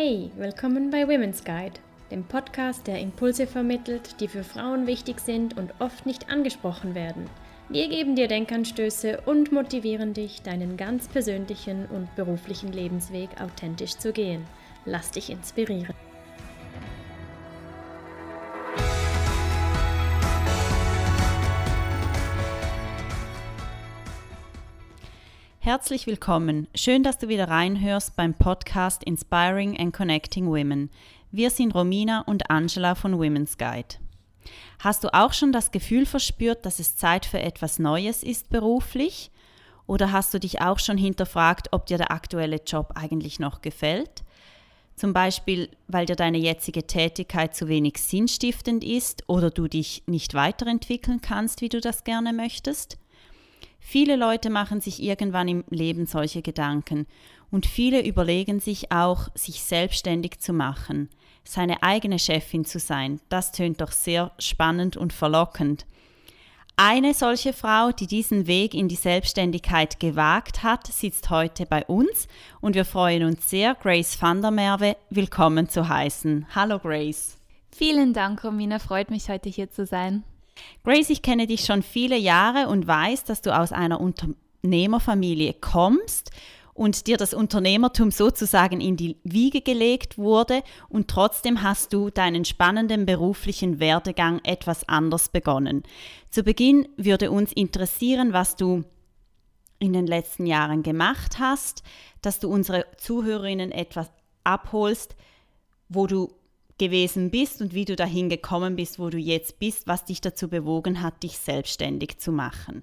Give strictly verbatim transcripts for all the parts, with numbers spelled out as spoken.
Hey, willkommen bei Women's Guide, dem Podcast, der Impulse vermittelt, die für Frauen wichtig sind und oft nicht angesprochen werden. Wir geben dir Denkanstöße und motivieren dich, deinen ganz persönlichen und beruflichen Lebensweg authentisch zu gehen. Lass dich inspirieren. Herzlich willkommen. Schön, dass du wieder reinhörst beim Podcast Inspiring and Connecting Women. Wir sind Romina und Angela von Women's Guide. Hast du auch schon das Gefühl verspürt, dass es Zeit für etwas Neues ist beruflich? Oder hast du dich auch schon hinterfragt, ob dir der aktuelle Job eigentlich noch gefällt? Zum Beispiel, weil dir deine jetzige Tätigkeit zu wenig sinnstiftend ist oder du dich nicht weiterentwickeln kannst, wie du das gerne möchtest? Viele Leute machen sich irgendwann im Leben solche Gedanken und viele überlegen sich auch, sich selbstständig zu machen, seine eigene Chefin zu sein. Das tönt doch sehr spannend und verlockend. Eine solche Frau, die diesen Weg in die Selbstständigkeit gewagt hat, sitzt heute bei uns und wir freuen uns sehr, Grace van der Merwe willkommen zu heißen. Hallo Grace. Vielen Dank, Romina, freut mich heute hier zu sein. Grace, ich kenne dich schon viele Jahre und weiß, dass du aus einer Unternehmerfamilie kommst und dir das Unternehmertum sozusagen in die Wiege gelegt wurde und trotzdem hast du deinen spannenden beruflichen Werdegang etwas anders begonnen. Zu Beginn würde uns interessieren, was du in den letzten Jahren gemacht hast, dass du unsere Zuhörerinnen etwas abholst, wo du gewesen bist und wie du dahin gekommen bist, wo du jetzt bist, was dich dazu bewogen hat, dich selbstständig zu machen.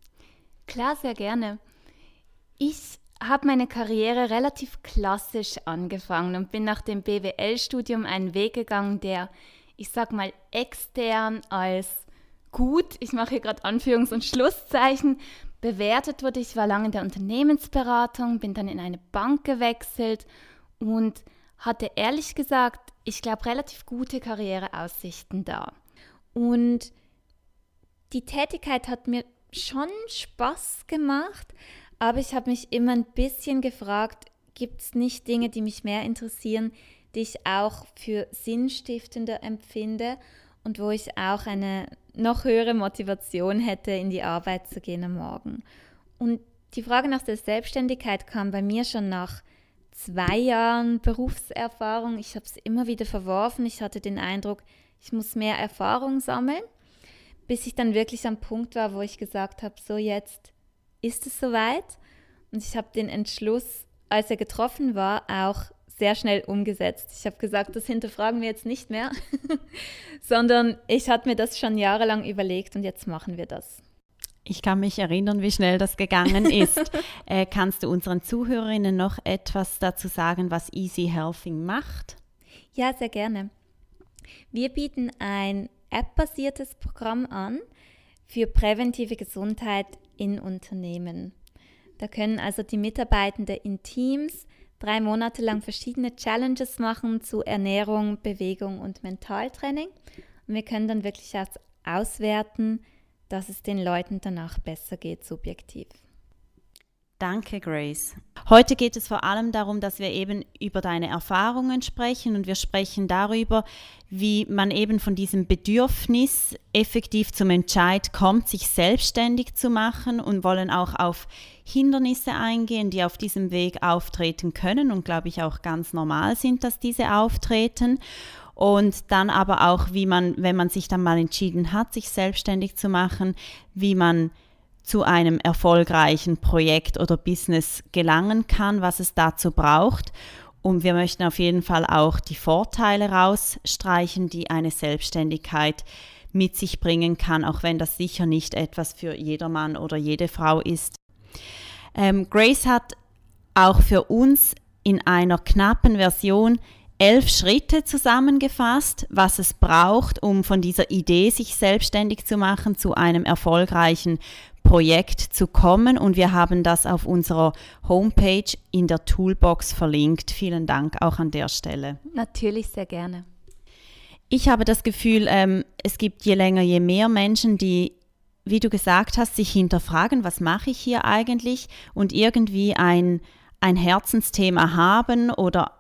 Klar, sehr gerne. Ich habe meine Karriere relativ klassisch angefangen und bin nach dem B W L-Studium einen Weg gegangen, der, ich sag mal, extern als gut, ich mache hier gerade Anführungs- und Schlusszeichen, bewertet wurde. Ich war lange in der Unternehmensberatung, bin dann in eine Bank gewechselt und hatte ehrlich gesagt, ich glaube, relativ gute Karriereaussichten da. Und die Tätigkeit hat mir schon Spaß gemacht, aber ich habe mich immer ein bisschen gefragt, gibt es nicht Dinge, die mich mehr interessieren, die ich auch für sinnstiftender empfinde und wo ich auch eine noch höhere Motivation hätte, in die Arbeit zu gehen am Morgen. Und die Frage nach der Selbstständigkeit kam bei mir schon nach zwei Jahren Berufserfahrung. Ich habe es immer wieder verworfen. Ich hatte den Eindruck, ich muss mehr Erfahrung sammeln, bis ich dann wirklich am Punkt war, wo ich gesagt habe, so jetzt ist es soweit. Und ich habe den Entschluss, als er getroffen war, auch sehr schnell umgesetzt. Ich habe gesagt, das hinterfragen wir jetzt nicht mehr, sondern ich hatte mir das schon jahrelang überlegt und jetzt machen wir das. Ich kann mich erinnern, wie schnell das gegangen ist. äh, kannst du unseren Zuhörerinnen noch etwas dazu sagen, was Easy Healthing macht? Ja, sehr gerne. Wir bieten ein App-basiertes Programm an für präventive Gesundheit in Unternehmen. Da können also die Mitarbeitenden in Teams drei Monate lang verschiedene Challenges machen zu Ernährung, Bewegung und Mentaltraining. Und wir können dann wirklich auswerten, dass es den Leuten danach besser geht, subjektiv. Danke, Grace. Heute geht es vor allem darum, dass wir eben über deine Erfahrungen sprechen und wir sprechen darüber, wie man eben von diesem Bedürfnis effektiv zum Entscheid kommt, sich selbstständig zu machen und wollen auch auf Hindernisse eingehen, die auf diesem Weg auftreten können und glaube ich auch ganz normal sind, dass diese auftreten. Und dann aber auch, wie man, wenn man sich dann mal entschieden hat, sich selbstständig zu machen, wie man zu einem erfolgreichen Projekt oder Business gelangen kann, was es dazu braucht. Und wir möchten auf jeden Fall auch die Vorteile rausstreichen, die eine Selbstständigkeit mit sich bringen kann, auch wenn das sicher nicht etwas für jedermann oder jede Frau ist. Ähm, Grace hat auch für uns in einer knappen Version elf Schritte zusammengefasst, was es braucht, um von dieser Idee, sich selbstständig zu machen, zu einem erfolgreichen Projekt zu kommen. Und wir haben das auf unserer Homepage in der Toolbox verlinkt. Vielen Dank auch an der Stelle. Natürlich, sehr gerne. Ich habe das Gefühl, ähm, es gibt je länger, je mehr Menschen, die, wie du gesagt hast, sich hinterfragen, was mache ich hier eigentlich und irgendwie ein, ein Herzensthema haben oder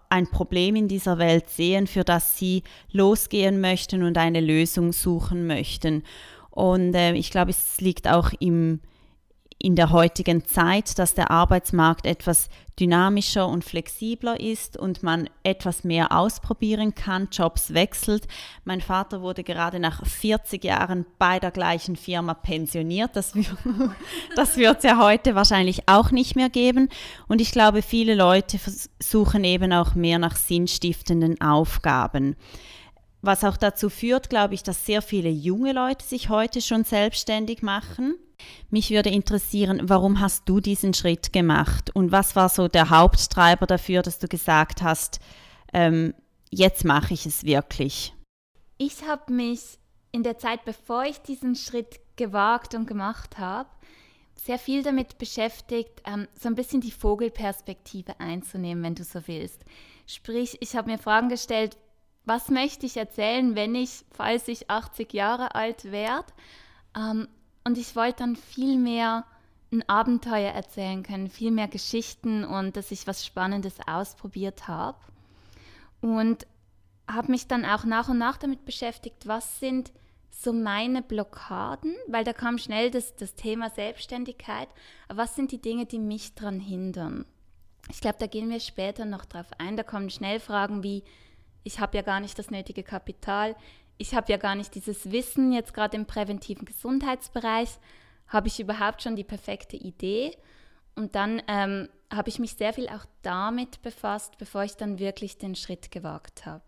ein Problem in dieser Welt sehen, für das sie losgehen möchten und eine Lösung suchen möchten. Und äh, ich glaube, es liegt auch im in der heutigen Zeit, dass der Arbeitsmarkt etwas dynamischer und flexibler ist und man etwas mehr ausprobieren kann, Jobs wechselt. Mein Vater wurde gerade nach vierzig Jahren bei der gleichen Firma pensioniert. Das, das wird es ja heute wahrscheinlich auch nicht mehr geben. Und ich glaube, viele Leute suchen eben auch mehr nach sinnstiftenden Aufgaben. Was auch dazu führt, glaube ich, dass sehr viele junge Leute sich heute schon selbstständig machen. Mich würde interessieren, warum hast du diesen Schritt gemacht und was war so der Haupttreiber dafür, dass du gesagt hast, ähm, jetzt mache ich es wirklich? Ich habe mich in der Zeit, bevor ich diesen Schritt gewagt und gemacht habe, sehr viel damit beschäftigt, ähm, so ein bisschen die Vogelperspektive einzunehmen, wenn du so willst. Sprich, ich habe mir Fragen gestellt, was möchte ich erzählen, wenn ich, falls ich achtzig Jahre alt werde? Ähm, Und ich wollte dann viel mehr ein Abenteuer erzählen können, viel mehr Geschichten und dass ich was Spannendes ausprobiert habe. Und habe mich dann auch nach und nach damit beschäftigt, was sind so meine Blockaden, weil da kam schnell das, das Thema Selbstständigkeit. Aber was sind die Dinge, die mich daran hindern? Ich glaube, da gehen wir später noch drauf ein. Da kommen schnell Fragen wie, ich habe ja gar nicht das nötige Kapital, ich habe ja gar nicht dieses Wissen, jetzt gerade im präventiven Gesundheitsbereich, habe ich überhaupt schon die perfekte Idee? Und dann ähm, habe ich mich sehr viel auch damit befasst, bevor ich dann wirklich den Schritt gewagt habe.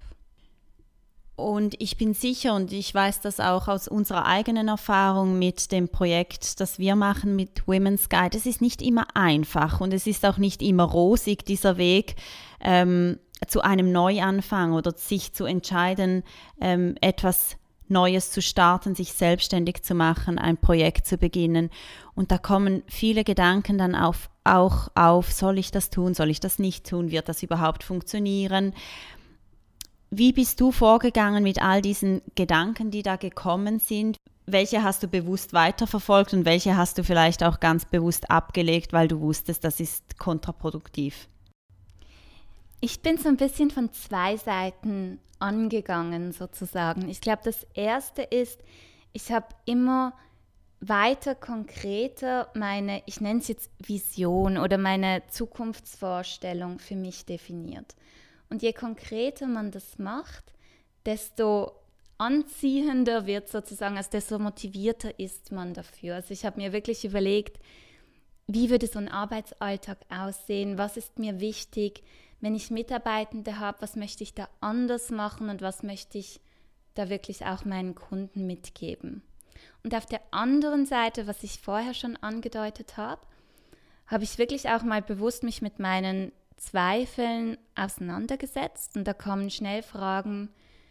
Und ich bin sicher, und ich weiß das auch aus unserer eigenen Erfahrung mit dem Projekt, das wir machen mit Women's Guide, es ist nicht immer einfach und es ist auch nicht immer rosig, dieser Weg, ähm, zu einem Neuanfang oder sich zu entscheiden, ähm, etwas Neues zu starten, sich selbstständig zu machen, ein Projekt zu beginnen. Und da kommen viele Gedanken dann auf, auch auf, soll ich das tun, soll ich das nicht tun, wird das überhaupt funktionieren? Wie bist du vorgegangen mit all diesen Gedanken, die da gekommen sind? Welche hast du bewusst weiterverfolgt und welche hast du vielleicht auch ganz bewusst abgelegt, weil du wusstest, das ist kontraproduktiv? Ich bin so ein bisschen von zwei Seiten angegangen sozusagen. Ich glaube, das Erste ist, ich habe immer weiter konkreter meine, ich nenne es jetzt Vision oder meine Zukunftsvorstellung für mich definiert. Und je konkreter man das macht, desto anziehender wird sozusagen, also desto motivierter ist man dafür. Also ich habe mir wirklich überlegt, wie würde so ein Arbeitsalltag aussehen, was ist mir wichtig, wenn ich Mitarbeitende habe, was möchte ich da anders machen und was möchte ich da wirklich auch meinen Kunden mitgeben. Und auf der anderen Seite, was ich vorher schon angedeutet habe, habe ich wirklich auch mal bewusst mich mit meinen Zweifeln auseinandergesetzt und da kommen schnell Fragen,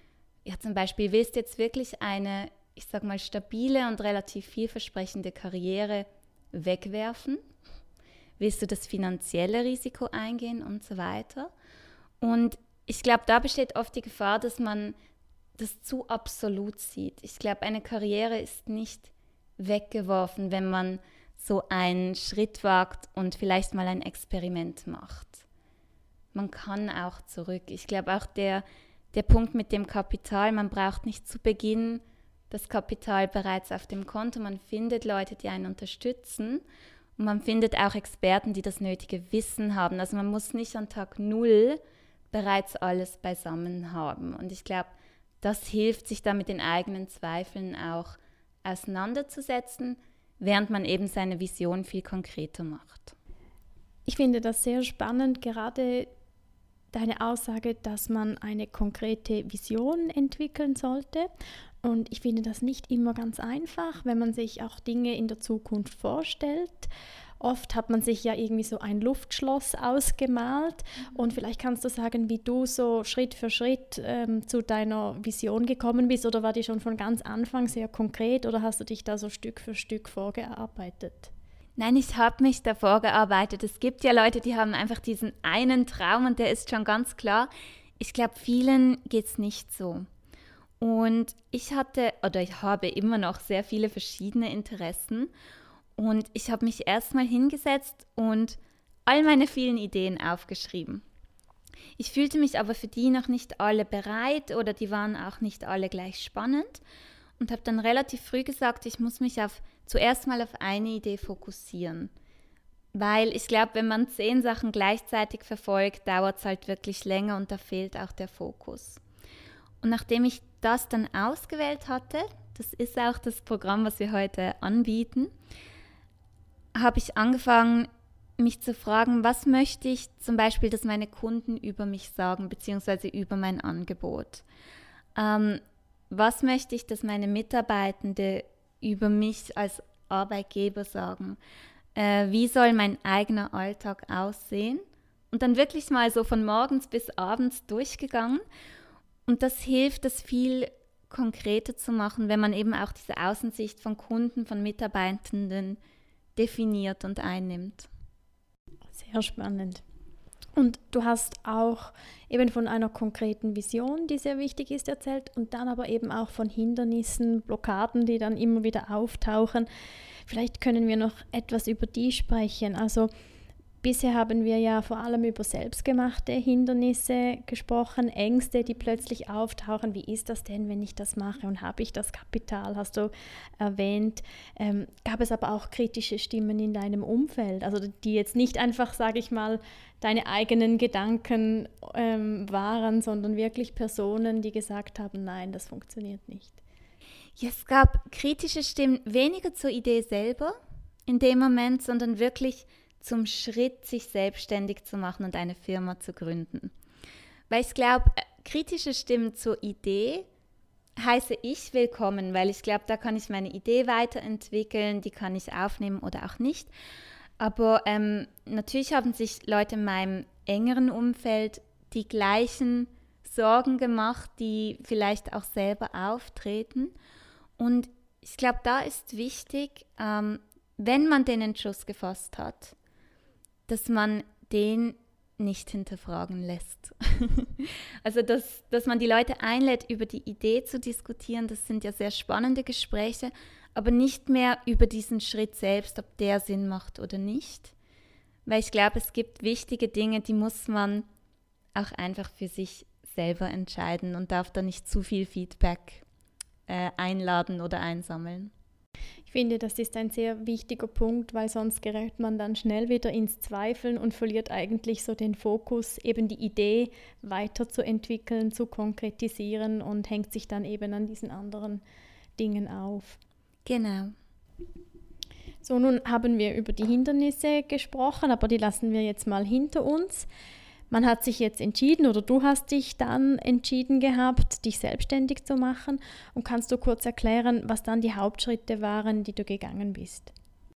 ja zum Beispiel, willst du jetzt wirklich eine, ich sag mal, stabile und relativ vielversprechende Karriere wegwerfen? Willst du das finanzielle Risiko eingehen und so weiter? Und ich glaube, da besteht oft die Gefahr, dass man das zu absolut sieht. Ich glaube, eine Karriere ist nicht weggeworfen, wenn man so einen Schritt wagt und vielleicht mal ein Experiment macht. Man kann auch zurück. Ich glaube auch der, der Punkt mit dem Kapital, man braucht nicht zu Beginn das Kapital bereits auf dem Konto. Man findet Leute, die einen unterstützen. Und man findet auch Experten, die das nötige Wissen haben. Also man muss nicht an Tag Null bereits alles beisammen haben. Und ich glaube, das hilft, sich da mit den eigenen Zweifeln auch auseinanderzusetzen, während man eben seine Vision viel konkreter macht. Ich finde das sehr spannend, gerade deine Aussage, dass man eine konkrete Vision entwickeln sollte. Und ich finde das nicht immer ganz einfach, wenn man sich auch Dinge in der Zukunft vorstellt. Oft hat man sich ja irgendwie so ein Luftschloss ausgemalt. Und vielleicht kannst du sagen, wie du so Schritt für Schritt ähm, zu deiner Vision gekommen bist. Oder war die schon von ganz Anfang sehr konkret oder hast du dich da so Stück für Stück vorgearbeitet? Nein, ich habe mich da vorgearbeitet. Es gibt ja Leute, die haben einfach diesen einen Traum und der ist schon ganz klar. Ich glaube, vielen geht es nicht so. Und ich hatte, oder ich habe immer noch sehr viele verschiedene Interessen und ich habe mich erstmal hingesetzt und all meine vielen Ideen aufgeschrieben. Ich fühlte mich aber für die noch nicht alle bereit oder die waren auch nicht alle gleich spannend und habe dann relativ früh gesagt, ich muss mich auf, zuerst mal auf eine Idee fokussieren. Weil ich glaube, wenn man zehn Sachen gleichzeitig verfolgt, dauert es halt wirklich länger und da fehlt auch der Fokus. Und nachdem ich das dann ausgewählt hatte, das ist auch das Programm, was wir heute anbieten, habe ich angefangen, mich zu fragen, was möchte ich zum Beispiel, dass meine Kunden über mich sagen, beziehungsweise über mein Angebot. Ähm, was möchte ich, dass meine Mitarbeitende über mich als Arbeitgeber sagen? Äh, wie soll mein eigener Alltag aussehen? Und dann wirklich mal so von morgens bis abends durchgegangen. Und das hilft, das viel konkreter zu machen, wenn man eben auch diese Außensicht von Kunden, von Mitarbeitenden definiert und einnimmt. Sehr spannend. Und du hast auch eben von einer konkreten Vision, die sehr wichtig ist, erzählt und dann aber eben auch von Hindernissen, Blockaden, die dann immer wieder auftauchen. Vielleicht können wir noch etwas über die sprechen. Also bisher haben wir ja vor allem über selbstgemachte Hindernisse gesprochen, Ängste, die plötzlich auftauchen. Wie ist das denn, wenn ich das mache und habe ich das Kapital, hast du erwähnt. Ähm, gab es aber auch kritische Stimmen in deinem Umfeld, also die jetzt nicht einfach, sage ich mal, deine eigenen Gedanken ähm, waren, sondern wirklich Personen, die gesagt haben, nein, das funktioniert nicht. Ja, es gab kritische Stimmen, weniger zur Idee selber in dem Moment, sondern wirklich zum Schritt, sich selbstständig zu machen und eine Firma zu gründen. Weil ich glaube, kritische Stimmen zur Idee heiße ich willkommen, weil ich glaube, da kann ich meine Idee weiterentwickeln, die kann ich aufnehmen oder auch nicht. Aber ähm, natürlich haben sich Leute in meinem engeren Umfeld die gleichen Sorgen gemacht, die vielleicht auch selber auftreten. Und ich glaube, da ist wichtig, ähm, wenn man den Entschluss gefasst hat, dass man den nicht hinterfragen lässt. Also, dass, dass man die Leute einlädt, über die Idee zu diskutieren, das sind ja sehr spannende Gespräche, aber nicht mehr über diesen Schritt selbst, ob der Sinn macht oder nicht. Weil ich glaube, es gibt wichtige Dinge, die muss man auch einfach für sich selber entscheiden und darf da nicht zu viel Feedback äh, einladen oder einsammeln. Ich finde, das ist ein sehr wichtiger Punkt, weil sonst gerät man dann schnell wieder ins Zweifeln und verliert eigentlich so den Fokus, eben die Idee weiterzuentwickeln, zu konkretisieren und hängt sich dann eben an diesen anderen Dingen auf. Genau. So, nun haben wir über die Hindernisse gesprochen, aber die lassen wir jetzt mal hinter uns. Man hat sich jetzt entschieden oder du hast dich dann entschieden gehabt, dich selbstständig zu machen. Und kannst du kurz erklären, was dann die Hauptschritte waren, die du gegangen bist?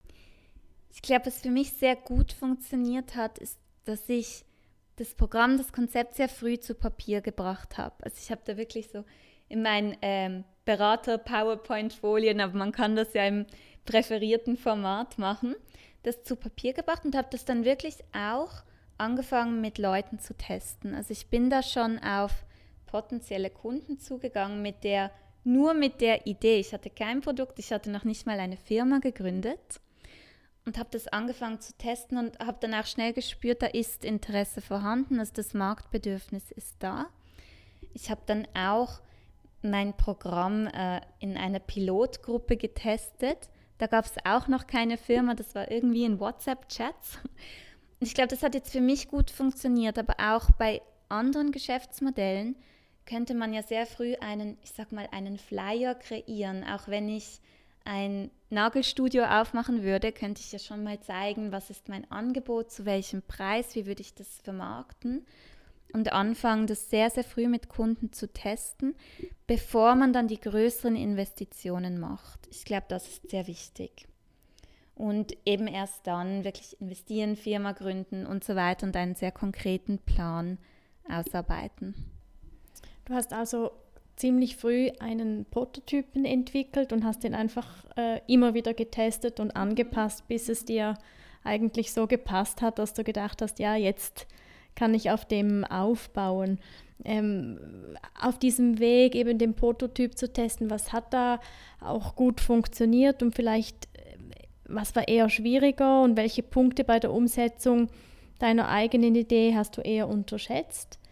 Ich glaube, was für mich sehr gut funktioniert hat, ist, dass ich das Programm, das Konzept sehr früh zu Papier gebracht habe. Also ich habe da wirklich so in meinen ähm, Berater-PowerPoint-Folien, aber man kann das ja im präferierten Format machen, das zu Papier gebracht und habe das dann wirklich auch angefangen mit Leuten zu testen. Also ich bin da schon auf potenzielle Kunden zugegangen mit der, nur mit der Idee. Ich hatte kein Produkt, ich hatte noch nicht mal eine Firma gegründet und habe das angefangen zu testen und habe dann auch schnell gespürt, da ist Interesse vorhanden, also das Marktbedürfnis ist da. Ich habe dann auch mein Programm äh, in einer Pilotgruppe getestet. Da gab es auch noch keine Firma, das war irgendwie in WhatsApp-Chats. Ich glaube, das hat jetzt für mich gut funktioniert, aber auch bei anderen Geschäftsmodellen könnte man ja sehr früh einen, ich sag mal, einen Flyer kreieren. Auch wenn ich ein Nagelstudio aufmachen würde, könnte ich ja schon mal zeigen, was ist mein Angebot, zu welchem Preis, wie würde ich das vermarkten und anfangen, das sehr, sehr früh mit Kunden zu testen, bevor man dann die größeren Investitionen macht. Ich glaube, das ist sehr wichtig. Und eben erst dann wirklich investieren, Firma gründen und so weiter und einen sehr konkreten Plan ausarbeiten. Du hast also ziemlich früh einen Prototypen entwickelt und hast den einfach äh, immer wieder getestet und angepasst, bis es dir eigentlich so gepasst hat, dass du gedacht hast, ja, jetzt kann ich auf dem aufbauen. Ähm, auf diesem Weg eben den Prototyp zu testen, was hat da auch gut funktioniert und vielleicht was war eher schwieriger und welche Punkte bei der Umsetzung deiner eigenen Idee hast du eher unterschätzt?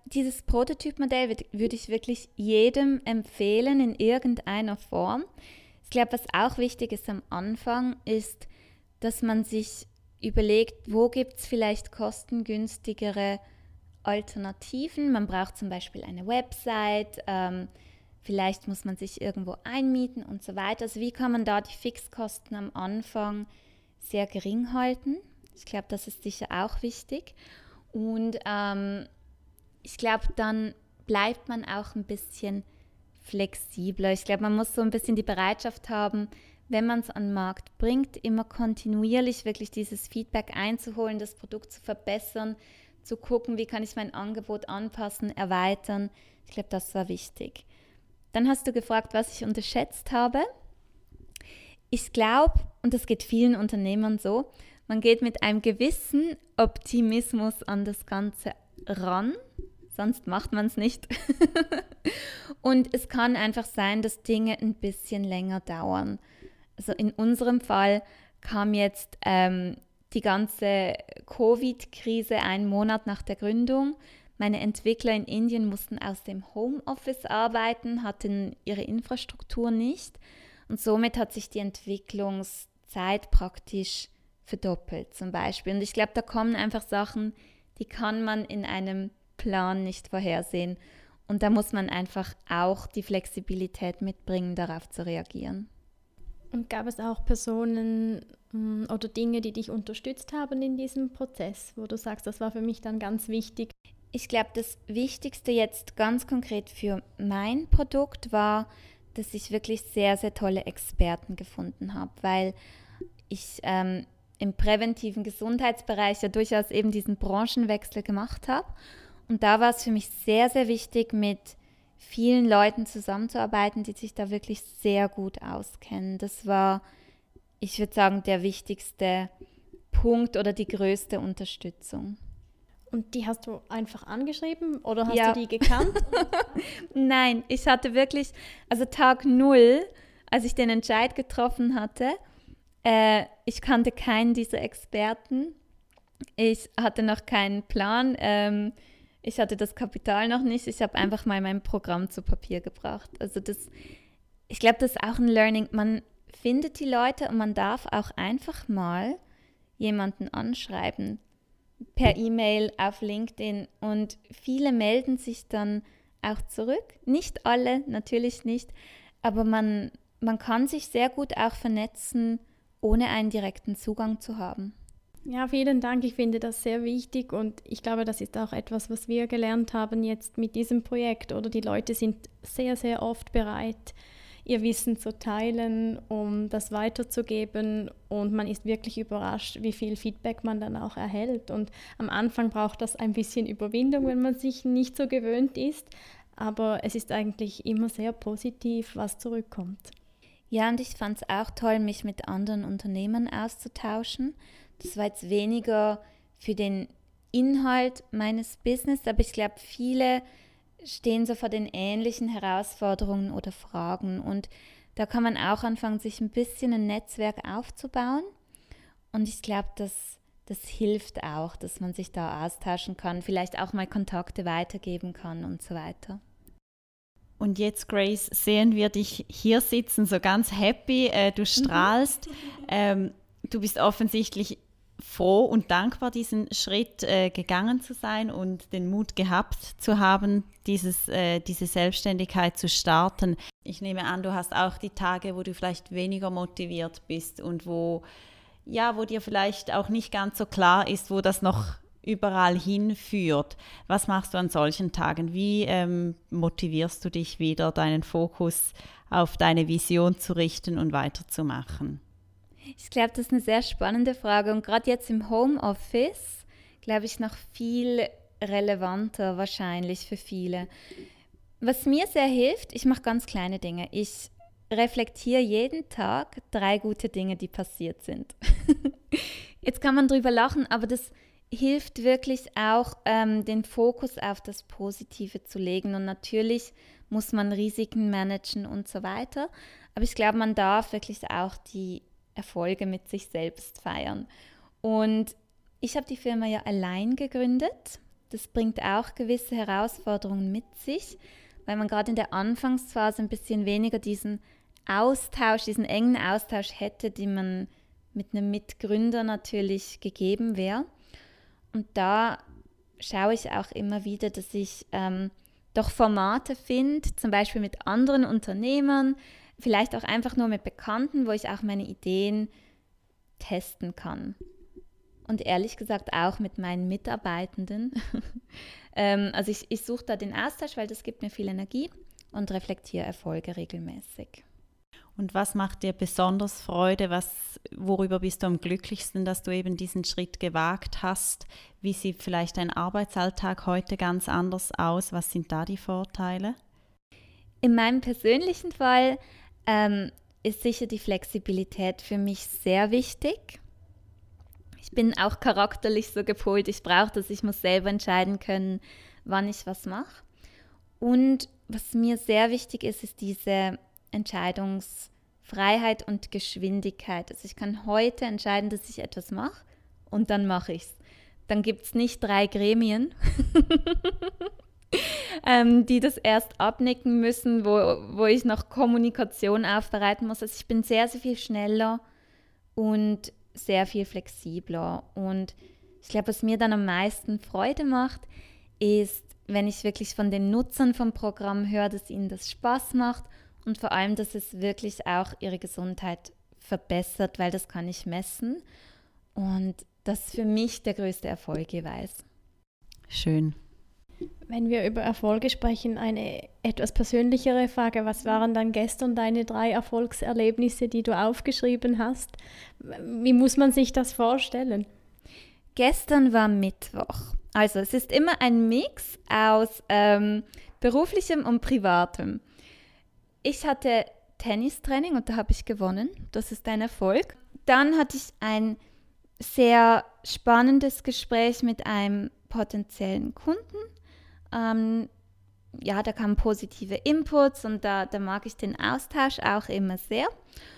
dieses Prototypmodell würd, würde ich wirklich jedem empfehlen in irgendeiner Form. Ich glaube, was auch wichtig ist am Anfang, ist, dass man sich überlegt, wo gibt es vielleicht kostengünstigere Alternativen. Man braucht zum Beispiel eine Website, ähm, vielleicht muss man sich irgendwo einmieten und so weiter. Also wie kann man da die Fixkosten am Anfang sehr gering halten? Ich glaube, das ist sicher auch wichtig. Und ähm, ich glaube, dann bleibt man auch ein bisschen flexibler. Ich glaube, man muss so ein bisschen die Bereitschaft haben, wenn man es an den Markt bringt, immer kontinuierlich wirklich dieses Feedback einzuholen, das Produkt zu verbessern, zu gucken, wie kann ich mein Angebot anpassen, erweitern. Ich glaube, das war wichtig. Dann hast du gefragt, was ich unterschätzt habe. Ich glaube, und das geht vielen Unternehmern so, man geht mit einem gewissen Optimismus an das Ganze ran, sonst macht man es nicht. Und es kann einfach sein, dass Dinge ein bisschen länger dauern. Also in unserem Fall kam jetzt ähm, die ganze Covid-Krise einen Monat nach der Gründung. Meine Entwickler in Indien mussten aus dem Homeoffice arbeiten, hatten ihre Infrastruktur nicht. Und somit hat sich die Entwicklungszeit praktisch verdoppelt zum Beispiel. Und ich glaube, da kommen einfach Sachen, die kann man in einem Plan nicht vorhersehen. Und da muss man einfach auch die Flexibilität mitbringen, darauf zu reagieren. Und gab es auch Personen mh, oder Dinge, die dich unterstützt haben in diesem Prozess, wo du sagst, das war für mich dann ganz wichtig? Ich glaube, das Wichtigste jetzt ganz konkret für mein Produkt war, dass ich wirklich sehr, sehr tolle Experten gefunden habe, weil ich ähm, im präventiven Gesundheitsbereich ja durchaus eben diesen Branchenwechsel gemacht habe. Und da war es für mich sehr, sehr wichtig, mit vielen Leuten zusammenzuarbeiten, die sich da wirklich sehr gut auskennen. Das war, ich würde sagen, der wichtigste Punkt oder die größte Unterstützung. Und die hast du einfach angeschrieben oder hast ja. du die gekannt? Nein, ich hatte wirklich, also Tag null, als ich den Entscheid getroffen hatte, äh, ich kannte keinen dieser Experten. Ich hatte noch keinen Plan. Ähm, ich hatte das Kapital noch nicht. Ich habe einfach mal mein Programm zu Papier gebracht. Also das, ich glaube, das ist auch ein Learning. Man findet die Leute und man darf auch einfach mal jemanden anschreiben. Per E-Mail, auf LinkedIn, und viele melden sich dann auch zurück. Nicht alle, natürlich nicht, aber man, man kann sich sehr gut auch vernetzen, ohne einen direkten Zugang zu haben. Ja, vielen Dank. Ich finde das sehr wichtig und ich glaube, das ist auch etwas, was wir gelernt haben jetzt mit diesem Projekt. Oder die Leute sind sehr, sehr oft bereit, ihr Wissen zu teilen, um das weiterzugeben, und man ist wirklich überrascht, wie viel Feedback man dann auch erhält. Und am Anfang braucht das ein bisschen Überwindung, wenn man sich nicht so gewöhnt ist, aber es ist eigentlich immer sehr positiv, was zurückkommt. Ja, und ich fand es auch toll, mich mit anderen Unternehmen auszutauschen. Das war jetzt weniger für den Inhalt meines Business, aber ich glaube, viele stehen so vor den ähnlichen Herausforderungen oder Fragen, und da kann man auch anfangen, sich ein bisschen ein Netzwerk aufzubauen, und ich glaube, das, das hilft auch, dass man sich da austauschen kann, vielleicht auch mal Kontakte weitergeben kann und so weiter. Und jetzt, Grace, sehen wir dich hier sitzen, so ganz happy, äh, du strahlst, ähm, du bist offensichtlich froh und dankbar, diesen Schritt äh, gegangen zu sein und den Mut gehabt zu haben, dieses, äh, diese Selbstständigkeit zu starten. Ich nehme an, du hast auch die Tage, wo du vielleicht weniger motiviert bist und wo, ja, wo dir vielleicht auch nicht ganz so klar ist, wo das noch überall hinführt. Was machst du an solchen Tagen? Wie ähm, motivierst du dich wieder, deinen Fokus auf deine Vision zu richten und weiterzumachen? Ich glaube, das ist eine sehr spannende Frage, und gerade jetzt im Homeoffice, glaube ich, noch viel relevanter wahrscheinlich für viele. Was mir sehr hilft, ich mache ganz kleine Dinge. Ich reflektiere jeden Tag drei gute Dinge, die passiert sind. Jetzt kann man drüber lachen, aber das hilft wirklich auch, ähm, den Fokus auf das Positive zu legen, und natürlich muss man Risiken managen und so weiter, aber ich glaube, man darf wirklich auch die Erfolge mit sich selbst feiern. Und ich habe die Firma ja allein gegründet. das bringt auch gewisse Herausforderungen mit sich, weil man gerade in der Anfangsphase ein bisschen weniger diesen Austausch, diesen engen Austausch hätte, den man mit einem Mitgründer natürlich gegeben wäre. Und da schaue ich auch immer wieder, dass ich ähm, doch Formate finde, zum Beispiel mit anderen Unternehmern, vielleicht auch einfach nur mit Bekannten, wo ich auch meine Ideen testen kann. Und ehrlich gesagt auch mit meinen Mitarbeitenden. ähm, also ich, ich suche da den Austausch, weil das gibt mir viel Energie und reflektiere Erfolge regelmäßig. Und was macht dir besonders Freude? Was, worüber bist du am glücklichsten, dass du eben diesen Schritt gewagt hast? Wie sieht vielleicht dein Arbeitsalltag heute ganz anders aus? Was sind da die Vorteile? In meinem persönlichen Fall ähm, ist sicher die Flexibilität für mich sehr wichtig. Ich bin auch charakterlich so gepolt, ich brauche das, ich muss selber entscheiden können, wann ich was mache. Und was mir sehr wichtig ist, ist diese Entscheidungsfreiheit und Geschwindigkeit. Also ich kann heute entscheiden, dass ich etwas mache und dann mache ich es. Dann gibt es nicht drei Gremien, ähm, die das erst abnicken müssen, wo, wo ich noch Kommunikation aufbereiten muss. Also ich bin sehr, sehr viel schneller und sehr viel flexibler. Und ich glaube, was mir dann am meisten Freude macht, ist, wenn ich wirklich von den Nutzern vom Programm höre, dass ihnen das Spaß macht und vor allem, dass es wirklich auch ihre Gesundheit verbessert, weil das kann ich messen. Und das ist für mich der größte Erfolg jeweils. Schön. Wenn wir über Erfolge sprechen, eine etwas persönlichere Frage. Was waren dann gestern deine drei Erfolgserlebnisse, die du aufgeschrieben hast? Wie muss man sich das vorstellen? Gestern war Mittwoch. Also es ist immer ein Mix aus ähm, beruflichem und privatem. Ich hatte Tennistraining und da habe ich gewonnen. Das ist ein Erfolg. Dann hatte ich ein sehr spannendes Gespräch mit einem potenziellen Kunden. Ähm, ja, da kamen positive Inputs und da, da mag ich den Austausch auch immer sehr.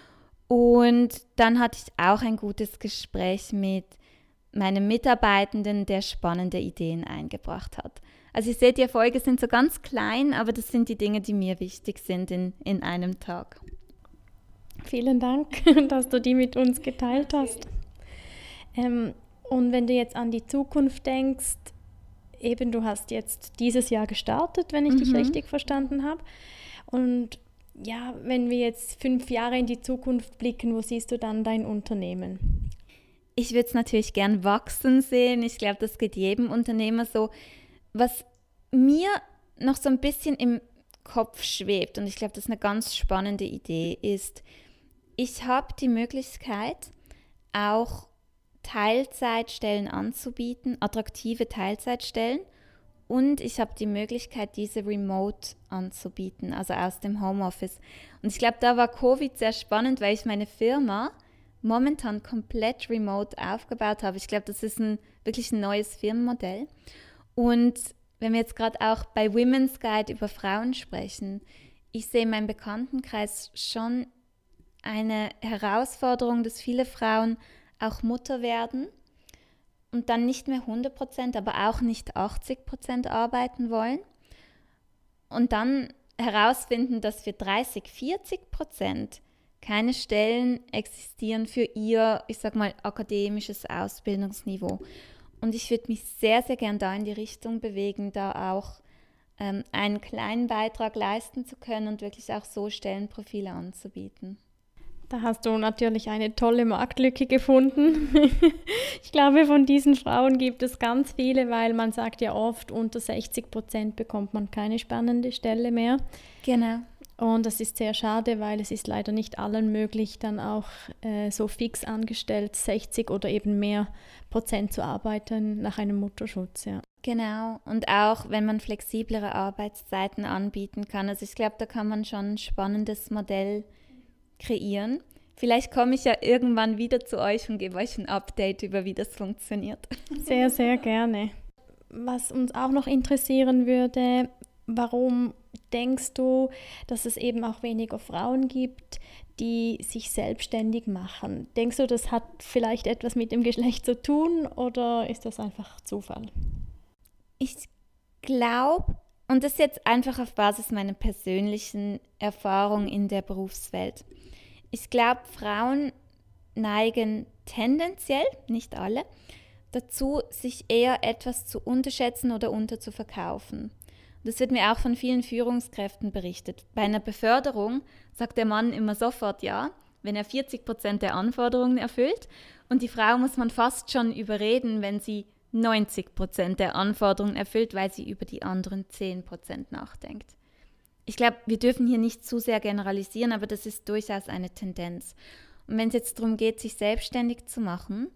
Und dann hatte ich auch ein gutes Gespräch mit meinem Mitarbeitenden, der spannende Ideen eingebracht hat. Also ihr seht, die Erfolge sind so ganz klein, aber das sind die Dinge, die mir wichtig sind in, in einem Tag. Vielen Dank, dass du die mit uns geteilt hast. Ähm, und wenn du jetzt an die Zukunft denkst, eben du hast jetzt dieses Jahr gestartet, wenn ich mhm. dich richtig verstanden habe. Und ja, wenn wir jetzt fünf Jahre in die Zukunft blicken, wo siehst du dann dein Unternehmen? Ich würde es natürlich gern wachsen sehen. Ich glaube, das geht jedem Unternehmer so. Was mir noch so ein bisschen im Kopf schwebt, und ich glaube, das ist eine ganz spannende Idee, ist, ich habe die Möglichkeit, auch Teilzeitstellen anzubieten, attraktive Teilzeitstellen, und ich habe die Möglichkeit, diese remote anzubieten, also aus dem Homeoffice. Und ich glaube, da war Covid sehr spannend, weil ich meine Firma momentan komplett remote aufgebaut habe. Ich glaube, das ist ein wirklich ein neues Firmenmodell. Und wenn wir jetzt gerade auch bei Women's Guide über Frauen sprechen, ich sehe in meinem Bekanntenkreis schon eine Herausforderung, dass viele Frauen auch Mutter werden und dann nicht mehr hundert Prozent, aber auch nicht achtzig Prozent arbeiten wollen und dann herausfinden, dass für dreißig, vierzig Prozent keine Stellen existieren für ihr, ich sag mal, akademisches Ausbildungsniveau. Und ich würde mich sehr, sehr gern da in die Richtung bewegen, da auch ähm, einen kleinen Beitrag leisten zu können und wirklich auch so Stellenprofile anzubieten. Da hast du natürlich eine tolle Marktlücke gefunden. Ich glaube, von diesen Frauen gibt es ganz viele, weil man sagt ja oft, unter sechzig Prozent bekommt man keine spannende Stelle mehr. Genau. Und das ist sehr schade, weil es ist leider nicht allen möglich, dann auch äh, so fix angestellt sechzig oder eben mehr Prozent zu arbeiten nach einem Mutterschutz, ja. Genau, und auch wenn man flexiblere Arbeitszeiten anbieten kann. Also ich glaube, da kann man schon ein spannendes Modell kreieren. Vielleicht komme ich ja irgendwann wieder zu euch und gebe euch ein Update über, wie das funktioniert. Sehr, sehr gerne. Was uns auch noch interessieren würde, warum denkst du, dass es eben auch weniger Frauen gibt, die sich selbstständig machen? Denkst du, das hat vielleicht etwas mit dem Geschlecht zu tun oder ist das einfach Zufall? Ich glaube, und das ist jetzt einfach auf Basis meiner persönlichen Erfahrung in der Berufswelt, ich glaube, Frauen neigen tendenziell, nicht alle, dazu, sich eher etwas zu unterschätzen oder unterzuverkaufen. Das wird mir auch von vielen Führungskräften berichtet. Bei einer Beförderung sagt der Mann immer sofort ja, wenn er vierzig Prozent der Anforderungen erfüllt. Und die Frau muss man fast schon überreden, wenn sie neunzig Prozent der Anforderungen erfüllt, weil sie über die anderen zehn Prozent nachdenkt. Ich glaube, wir dürfen hier nicht zu sehr generalisieren, aber das ist durchaus eine Tendenz. Und wenn es jetzt darum geht, sich selbstständig zu machen,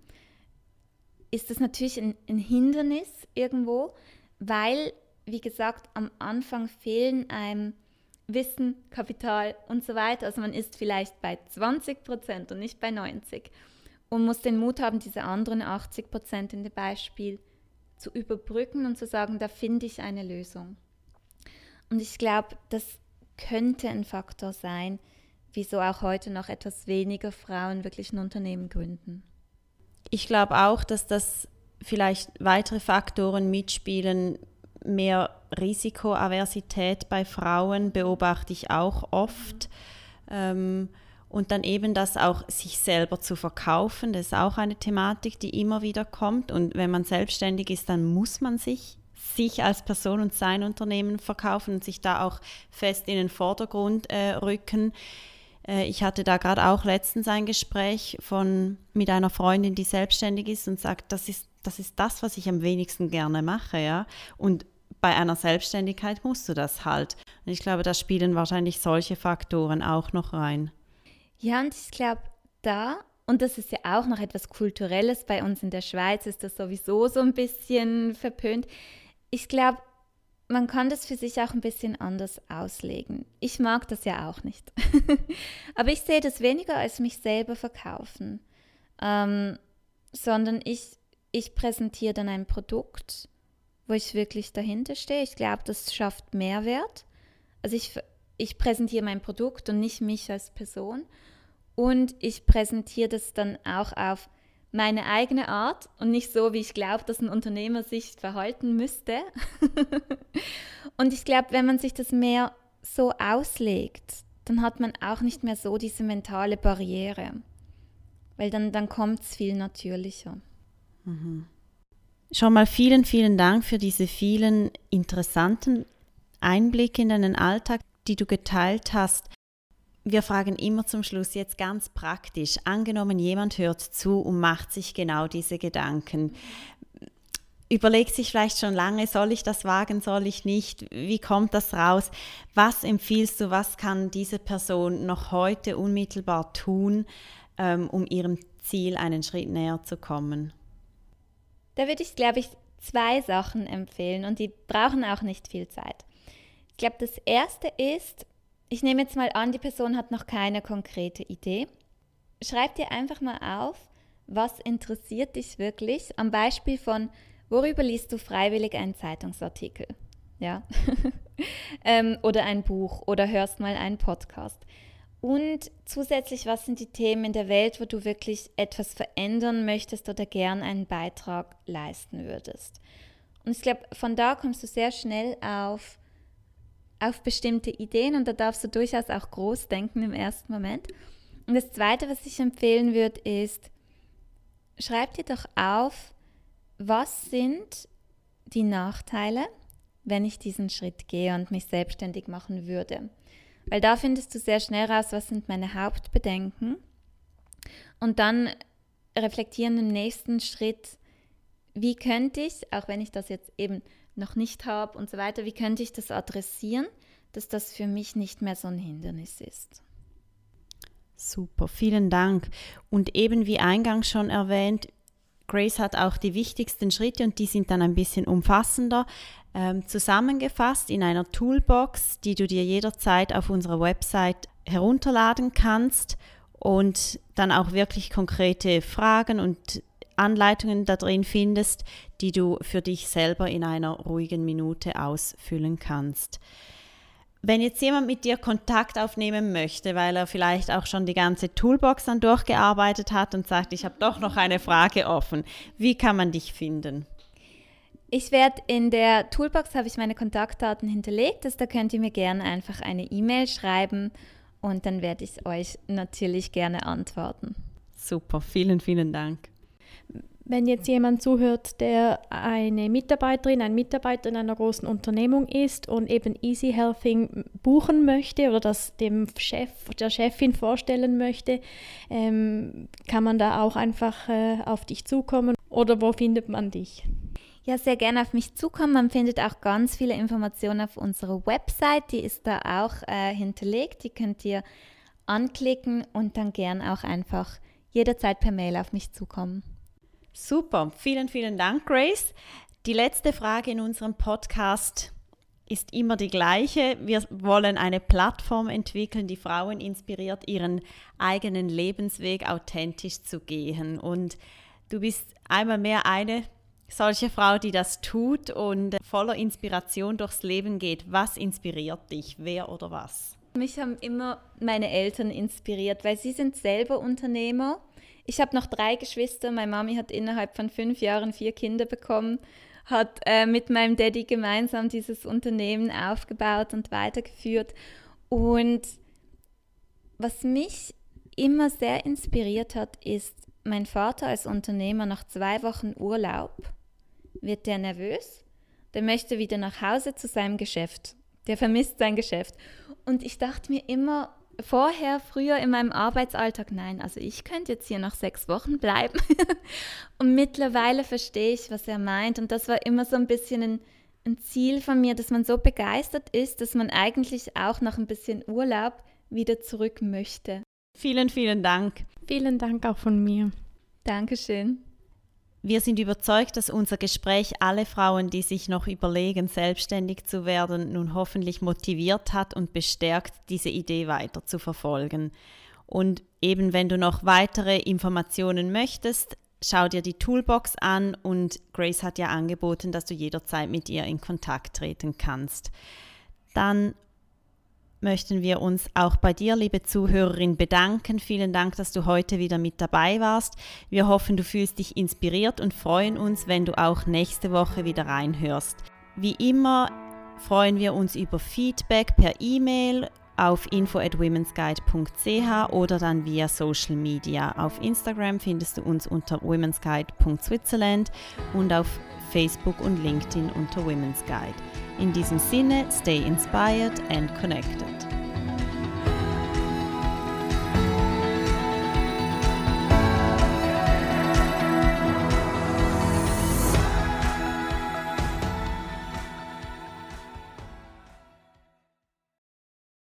ist das natürlich ein, ein Hindernis irgendwo, weil, wie gesagt, am Anfang fehlen einem Wissen, Kapital und so weiter. Also man ist vielleicht bei zwanzig Prozent und nicht bei neunzig und muss den Mut haben, diese anderen achtzig Prozent in dem Beispiel zu überbrücken und zu sagen, da finde ich eine Lösung. Und ich glaube, das könnte ein Faktor sein, wieso auch heute noch etwas weniger Frauen wirklich ein Unternehmen gründen. Ich glaube auch, dass das vielleicht weitere Faktoren mitspielen. Mehr Risikoaversität bei Frauen beobachte ich auch oft. Ähm, und dann eben das auch sich selber zu verkaufen, das ist auch eine Thematik, die immer wieder kommt. Und wenn man selbstständig ist, dann muss man sich, sich als Person und sein Unternehmen verkaufen und sich da auch fest in den Vordergrund äh, rücken. Ich hatte da gerade auch letztens ein Gespräch von, mit einer Freundin, die selbstständig ist und sagt, das ist, das ist das, was ich am wenigsten gerne mache. Ja? Und bei einer Selbstständigkeit musst du das halt. Und ich glaube, da spielen wahrscheinlich solche Faktoren auch noch rein. Ja, und ich glaube, da, und das ist ja auch noch etwas Kulturelles, bei uns in der Schweiz ist das sowieso so ein bisschen verpönt. Ich glaube, man kann das für sich auch ein bisschen anders auslegen. Ich mag das ja auch nicht. Aber ich sehe das weniger als mich selber verkaufen, ähm, sondern ich, ich präsentiere dann ein Produkt, wo ich wirklich dahinter stehe. Ich glaube, das schafft Mehrwert. Also ich, ich präsentiere mein Produkt und nicht mich als Person. Und ich präsentiere das dann auch auf meine eigene Art und nicht so, wie ich glaube, dass ein Unternehmer sich verhalten müsste. Und ich glaube, wenn man sich das mehr so auslegt, dann hat man auch nicht mehr so diese mentale Barriere. Weil dann, dann kommt es viel natürlicher. Mhm. Schon mal vielen, vielen Dank für diese vielen interessanten Einblicke in deinen Alltag, die du geteilt hast. Wir fragen immer zum Schluss jetzt ganz praktisch, angenommen jemand hört zu und macht sich genau diese Gedanken, überlegt sich vielleicht schon lange, soll ich das wagen, soll ich nicht, wie kommt das raus, was empfiehlst du, was kann diese Person noch heute unmittelbar tun, ähm, um ihrem Ziel einen Schritt näher zu kommen? Da würde ich, glaube ich, zwei Sachen empfehlen und die brauchen auch nicht viel Zeit. Ich glaube, das erste ist, ich nehme jetzt mal an, die Person hat noch keine konkrete Idee. Schreib dir einfach mal auf, was interessiert dich wirklich, am Beispiel von, worüber liest du freiwillig einen Zeitungsartikel? Ja? ähm, oder ein Buch oder hörst mal einen Podcast. Und zusätzlich, was sind die Themen in der Welt, wo du wirklich etwas verändern möchtest oder gern einen Beitrag leisten würdest? Und ich glaube, von da kommst du sehr schnell auf auf bestimmte Ideen und da darfst du durchaus auch groß denken im ersten Moment. Und das Zweite, was ich empfehlen würde, ist, schreib dir doch auf, was sind die Nachteile, wenn ich diesen Schritt gehe und mich selbstständig machen würde. Weil da findest du sehr schnell raus, was sind meine Hauptbedenken und dann reflektieren im nächsten Schritt, wie könnte ich, auch wenn ich das jetzt eben noch nicht habe und so weiter, wie könnte ich das adressieren, dass das für mich nicht mehr so ein Hindernis ist. Super, vielen Dank. Und eben wie eingangs schon erwähnt, Grace hat auch die wichtigsten Schritte und die sind dann ein bisschen umfassender ähm, zusammengefasst in einer Toolbox, die du dir jederzeit auf unserer Website herunterladen kannst und dann auch wirklich konkrete Fragen und Anleitungen da drin findest, die du für dich selber in einer ruhigen Minute ausfüllen kannst. Wenn jetzt jemand mit dir Kontakt aufnehmen möchte, weil er vielleicht auch schon die ganze Toolbox dann durchgearbeitet hat und sagt, ich habe doch noch eine Frage offen, wie kann man dich finden? Ich werde in der Toolbox, habe ich meine Kontaktdaten hinterlegt, also da könnt ihr mir gerne einfach eine E-Mail schreiben und dann werde ich euch natürlich gerne antworten. Super, vielen, vielen Dank. Wenn jetzt jemand zuhört, der eine Mitarbeiterin, ein Mitarbeiter in einer großen Unternehmung ist und eben Easy Healthing buchen möchte oder das dem Chef, der Chefin vorstellen möchte, ähm, kann man da auch einfach äh, auf dich zukommen oder wo findet man dich? Ja, sehr gerne auf mich zukommen. Man findet auch ganz viele Informationen auf unserer Website, die ist da auch äh, hinterlegt, die könnt ihr anklicken und dann gern auch einfach jederzeit per Mail auf mich zukommen. Super, vielen, vielen Dank, Grace. Die letzte Frage in unserem Podcast ist immer die gleiche. Wir wollen eine Plattform entwickeln, die Frauen inspiriert, ihren eigenen Lebensweg authentisch zu gehen. Und du bist einmal mehr eine solche Frau, die das tut und voller Inspiration durchs Leben geht. Was inspiriert dich? Wer oder was? Mich haben immer meine Eltern inspiriert, weil sie sind selber Unternehmer. Ich habe noch drei Geschwister. Meine Mami hat innerhalb von fünf Jahren vier Kinder bekommen, hat äh, mit meinem Daddy gemeinsam dieses Unternehmen aufgebaut und weitergeführt. Und was mich immer sehr inspiriert hat, ist, mein Vater als Unternehmer nach zwei Wochen Urlaub wird der nervös, der möchte wieder nach Hause zu seinem Geschäft. Der vermisst sein Geschäft. Und ich dachte mir immer, vorher, früher in meinem Arbeitsalltag, nein, also ich könnte jetzt hier noch sechs Wochen bleiben. Und mittlerweile verstehe ich, was er meint. Und das war immer so ein bisschen ein, ein Ziel von mir, dass man so begeistert ist, dass man eigentlich auch nach ein bisschen Urlaub wieder zurück möchte. Vielen, vielen Dank. Vielen Dank auch von mir. Dankeschön. Wir sind überzeugt, dass unser Gespräch alle Frauen, die sich noch überlegen, selbstständig zu werden, nun hoffentlich motiviert hat und bestärkt, diese Idee weiter zu verfolgen. Und eben wenn du noch weitere Informationen möchtest, schau dir die Toolbox an und Grace hat ja angeboten, dass du jederzeit mit ihr in Kontakt treten kannst. Dann möchten wir uns auch bei dir, liebe Zuhörerin, bedanken. Vielen Dank, dass du heute wieder mit dabei warst. Wir hoffen, du fühlst dich inspiriert und freuen uns, wenn du auch nächste Woche wieder reinhörst. Wie immer freuen wir uns über Feedback per E-Mail auf info at womens guide punkt c h oder dann via Social Media. Auf Instagram findest du uns unter womens guide punkt switzerland und auf Facebook und LinkedIn unter Women's Guide. In diesem Sinne, stay inspired and connected.